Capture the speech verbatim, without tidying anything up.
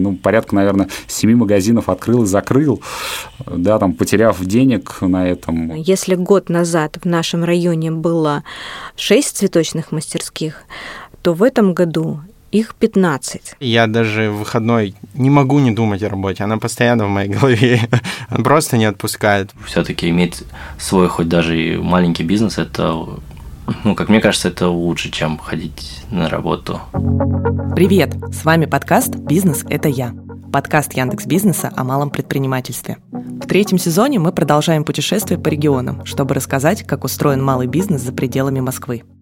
ну, порядка, наверное, семи магазинов открыл и закрыл, да, там, потеряв денег на этом. Если год назад в нашем районе было шесть цветочных мастерских, то в этом году их пятнадцать. Я даже в выходной не могу не думать о работе. Она постоянно в моей голове. Она просто не отпускает. Все-таки иметь свой, хоть даже и маленький бизнес, это, ну, как мне кажется, это лучше, чем ходить на работу. Привет! С вами подкаст «Бизнес – это я». Подкаст Яндекс.Бизнеса о малом предпринимательстве. В третьем сезоне мы продолжаем путешествие по регионам, чтобы рассказать, как устроен малый бизнес за пределами Москвы.